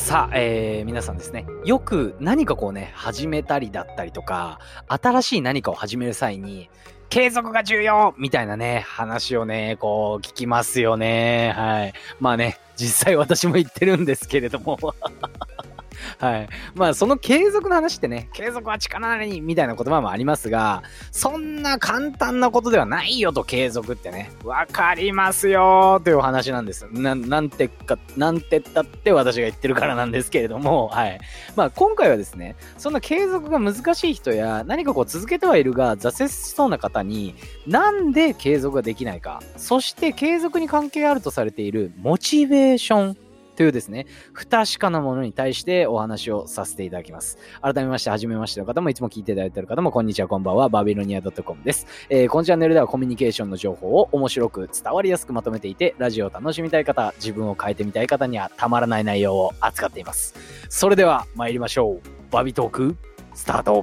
さあ、皆さんですね、よく何かこうね、始めたりだったりとか、新しい何かを始める際に、継続が重要みたいなね、話をね、こう聞きますよね。はい。まあね、実際私も言ってるんですけれども。はい。まあ、その継続の話ってね、継続は力なりにみたいな言葉もありますが、そんな簡単なことではないよと、継続ってね。わかりますよというお話なんです。なんてったって私が言ってるからなんですけれども、はい。まあ、今回はですね、そんな継続が難しい人や、何かこう続けてはいるが、挫折しそうな方に、なんで継続ができないか、そして継続に関係あるとされているモチベーション、というですね、不確かなものに対してお話をさせていただきます。改めまして、初めましての方もいつも聞いていただいている方も、こんにちは、こんばんは、バビロニア .com です。このチャンネルではコミュニケーションの情報を面白く伝わりやすくまとめていて、ラジオを楽しみたい方、自分を変えてみたい方にはたまらない内容を扱っています。それでは参りましょう。バビトーク、スタート。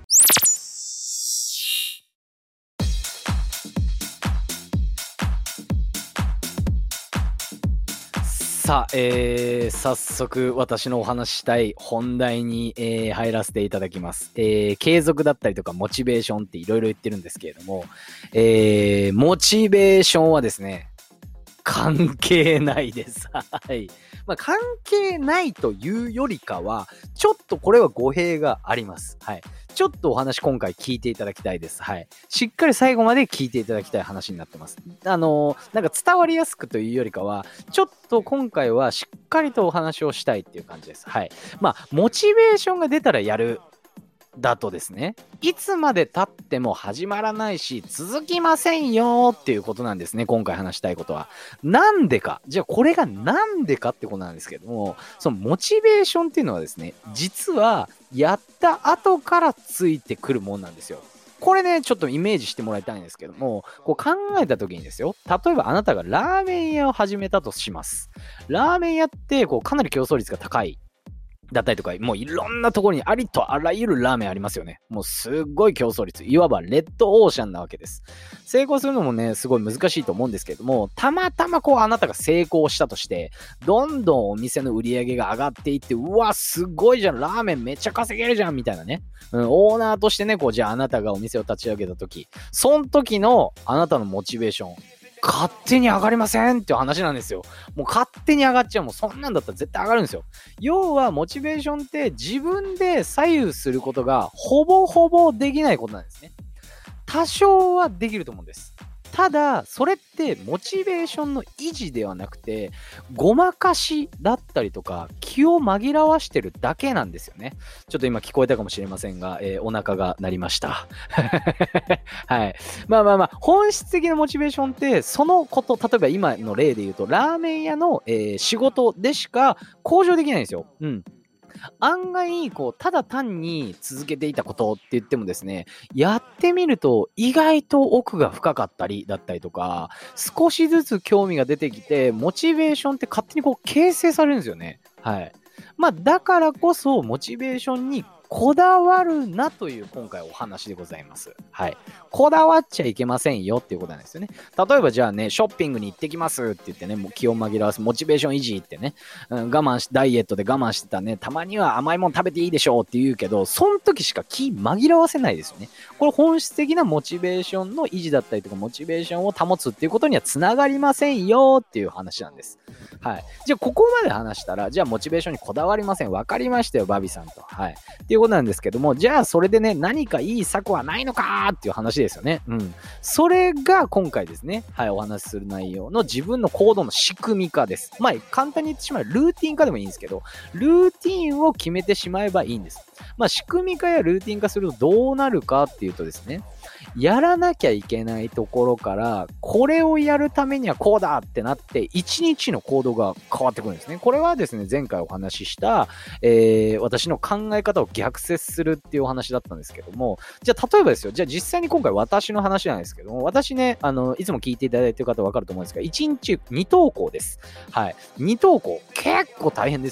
さあ、早速私のお話したい本題に、入らせていただきます。継続だったりとかモチベーションっていろいろ言ってるんですけれども、モチベーションはですね、関係ないです。はい。まあ、関係ないというよりかは、ちょっとこれは語弊があります。はい。ちょっとお話今回聞いていただきたいです。はい。しっかり最後まで聞いていただきたい話になってます。なんか伝わりやすくというよりかは、ちょっと今回はしっかりとお話をしたいっていう感じです。はい。まあ、モチベーションが出たらやる。だとですね、いつまで経っても始まらないし続きませんよっていうことなんですね。今回話したいことはなんでか、じゃあこれがなんでかってことなんですけども、そのモチベーションっていうのはですね、実はやった後からついてくるもんなんですよ。これね、ちょっとイメージしてもらいたいんですけども、こう考えた時にですよ、例えばあなたがラーメン屋を始めたとします。ラーメン屋ってこうかなり競争率が高いだったりとか、もういろんなところにありとあらゆるラーメンありますよね。もうすっごい競争率。いわばレッドオーシャンなわけです。成功するのもね、すごい難しいと思うんですけれども、たまたまこうあなたが成功したとして、どんどんお店の売り上げが上がっていって、うわ、すごいじゃん、ラーメンめっちゃ稼げるじゃん、みたいなね。オーナーとしてね、こう、じゃああなたがお店を立ち上げた時、その時のあなたのモチベーション、勝手に上がりませんっていう話なんですよ。もう勝手に上がっちゃう。もうそんなんだったら絶対上がるんですよ。要はモチベーションって自分で左右することがほぼほぼできないことなんですね。多少はできると思うんです。ただそれってモチベーションの維持ではなくて、ごまかしだったりとか気を紛らわしてるだけなんですよね。ちょっと今聞こえたかもしれませんが、お腹が鳴りました。はい。まあ本質的なモチベーションってそのこと、例えば今の例で言うとラーメン屋の、仕事でしか向上できないんですよ。案外こうただ単に続けていたことって言ってもですね、やってみると意外と奥が深かったりだったりとか、少しずつ興味が出てきてモチベーションって勝手にこう形成されるんですよね。はい。まあだからこそモチベーションにこだわるなという今回お話でございます。はい。こだわっちゃいけませんよっていうことなんですよね。例えばじゃあね、ショッピングに行ってきますって言ってね、もう気を紛らわす、モチベーション維持ってね、我慢し、ダイエットで我慢してたね、たまには甘いもん食べていいでしょうって言うけど、その時しか気紛らわせないですよね。これ本質的なモチベーションの維持だったりとか、モチベーションを保つっていうことにはつながりませんよっていう話なんです。はい。じゃあここまで話したら、じゃあモチベーションにこだわりません。わかりましたよ、バビさんと。はい。っていうことなんですけども、じゃあそれでね、何かいい策はないのかっていう話ですよね。それが今回ですね、はい、お話しする内容の自分の行動の仕組み化です。まあ、簡単に言ってしまえばルーティン化でもいいんですけど、ルーティンを決めてしまえばいいんです。まあ、仕組み化やルーティン化するとどうなるかっていうとですね、やらなきゃいけないところから、これをやるためにはこうだってなって、一日の行動が変わってくるんですね。これはですね、前回お話しした、私の考え方を逆説するっていうお話だったんですけども、じゃあ例えばですよ、じゃあ実際に今回私の話なんですけども、私ね、いつも聞いていただいている方はわかると思うんですが、1日2投稿です。はい。2投稿、結構大変ですよ。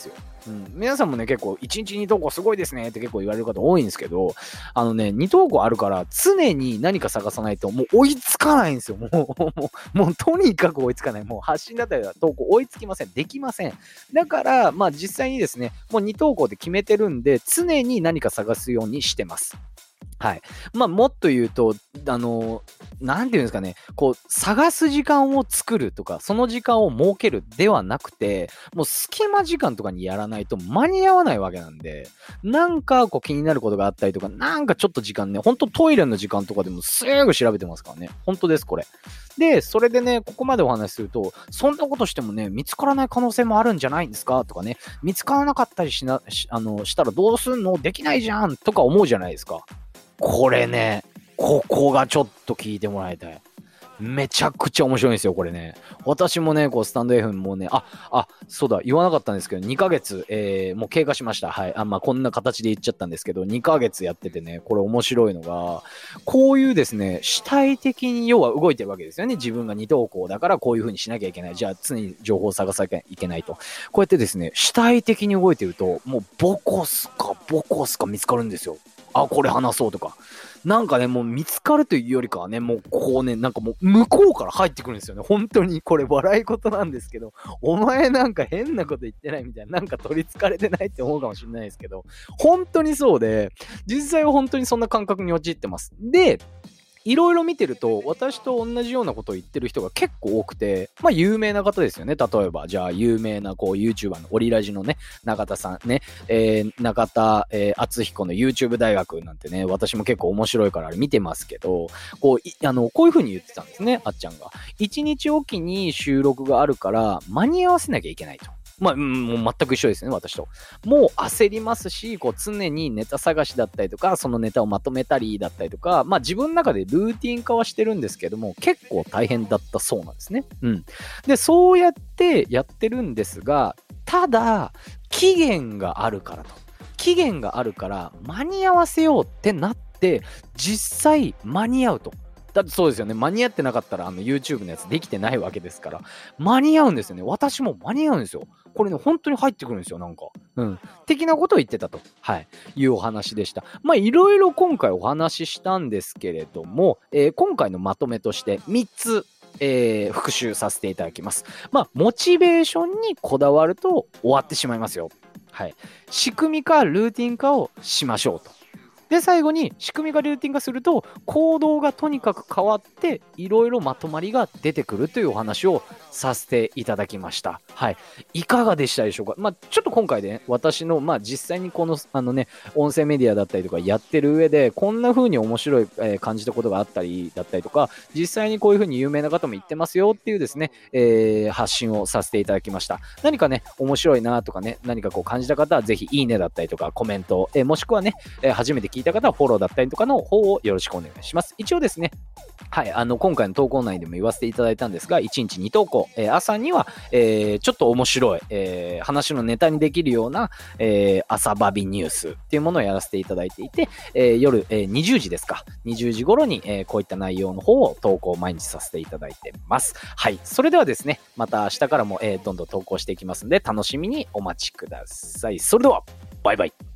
皆さんもね、結構、1日2投稿すごいですねって結構言われる方多いんですけど、2投稿あるから、常に何か探さないと、もう追いつかないんですよ。もうとにかく追いつかない。もう発信だったり投稿追いつきません。できません。だから、実際にですね、もう2投稿で決めてるんで、常に何か探すようにしてます。はい。もっと言うと、なんていうんですかね、探す時間を作るとか、その時間を設けるではなくて、もう隙間時間とかにやらないと間に合わないわけなんで、なんか気になることがあったりとか、なんかちょっと時間ね、ほんとトイレの時間とかでもすぐ調べてますからね。本当です、これ。で、それでね、ここまでお話しすると、そんなことしてもね、見つからない可能性もあるんじゃないんですかとかね、見つからなかったりしたらどうすんのできないじゃんとか思うじゃないですか。これね、ここがちょっと聞いてもらいたい。めちゃくちゃ面白いんですよ、これね。私もね、スタンド FM もね、そうだ、言わなかったんですけど、2ヶ月、もう経過しました。はい。こんな形で言っちゃったんですけど、2ヶ月やっててね、これ面白いのが、こういうですね、主体的に要は動いてるわけですよね。自分が二投稿だからこういう風にしなきゃいけない。じゃあ常に情報を探さなきゃいけないと。こうやってですね、主体的に動いてると、もうボコスか見つかるんですよ。これ話そうとか。なんかね、もう見つかるというよりかはね、もうなんかもう向こうから入ってくるんですよね。本当にこれ笑い事なんですけど、お前なんか変なこと言ってないみたいな、なんか取り憑かれてないって思うかもしれないですけど、本当にそうで、実際は本当にそんな感覚に陥ってます。で、いろいろ見てると、私と同じようなことを言ってる人が結構多くて、有名な方ですよね。例えば、じゃあ、有名なYouTuber のオリラジのね、中田さんね、中田、敦彦の YouTube 大学なんてね、私も結構面白いからあれ見てますけど、こういう風に言ってたんですね、あっちゃんが。1日おきに収録があるから、間に合わせなきゃいけないと。もう全く一緒ですね、私と。もう焦りますし、常にネタ探しだったりとか、そのネタをまとめたりだったりとか、自分の中でルーティン化はしてるんですけども、結構大変だったそうなんですね。で、そうやってやってるんですが、ただ、期限があるからと。期限があるから間に合わせようってなって、実際間に合うと。だってそうですよね。間に合ってなかったらYouTube のやつできてないわけですから。間に合うんですよね。私も間に合うんですよ。これね、本当に入ってくるんですよ、なんか。的なことを言ってたと。はい。いうお話でした。いろいろ今回お話ししたんですけれども、今回のまとめとして3つ、復習させていただきます。モチベーションにこだわると終わってしまいますよ。はい。仕組みかルーティン化をしましょうと。で、最後に仕組みがルーティン化すると行動がとにかく変わっていろいろまとまりが出てくるというお話をさせていただきました。はい。いかがでしたでしょうか。ちょっと今回ね、私の、実際にこの、音声メディアだったりとかやってる上で、こんな風に面白い、感じたことがあったりだったりとか、実際にこういう風に有名な方も言ってますよっていうですね、発信をさせていただきました。何かね、面白いなとかね、何か感じた方はぜひいいねだったりとかコメント、もしくはね、初めて聞いた方はフォローだったりとかの方をよろしくお願いします。一応ですね、はい、今回の投稿内でも言わせていただいたんですが、1日2投稿、朝には、ちょっと面白い、話のネタにできるような、朝バビニュースっていうものをやらせていただいていて、夜、20時ですか、20時頃に、こういった内容の方を投稿毎日させていただいてます。はい、それではですね、また明日からも、どんどん投稿していきますので、楽しみにお待ちください。それでは、バイバイ。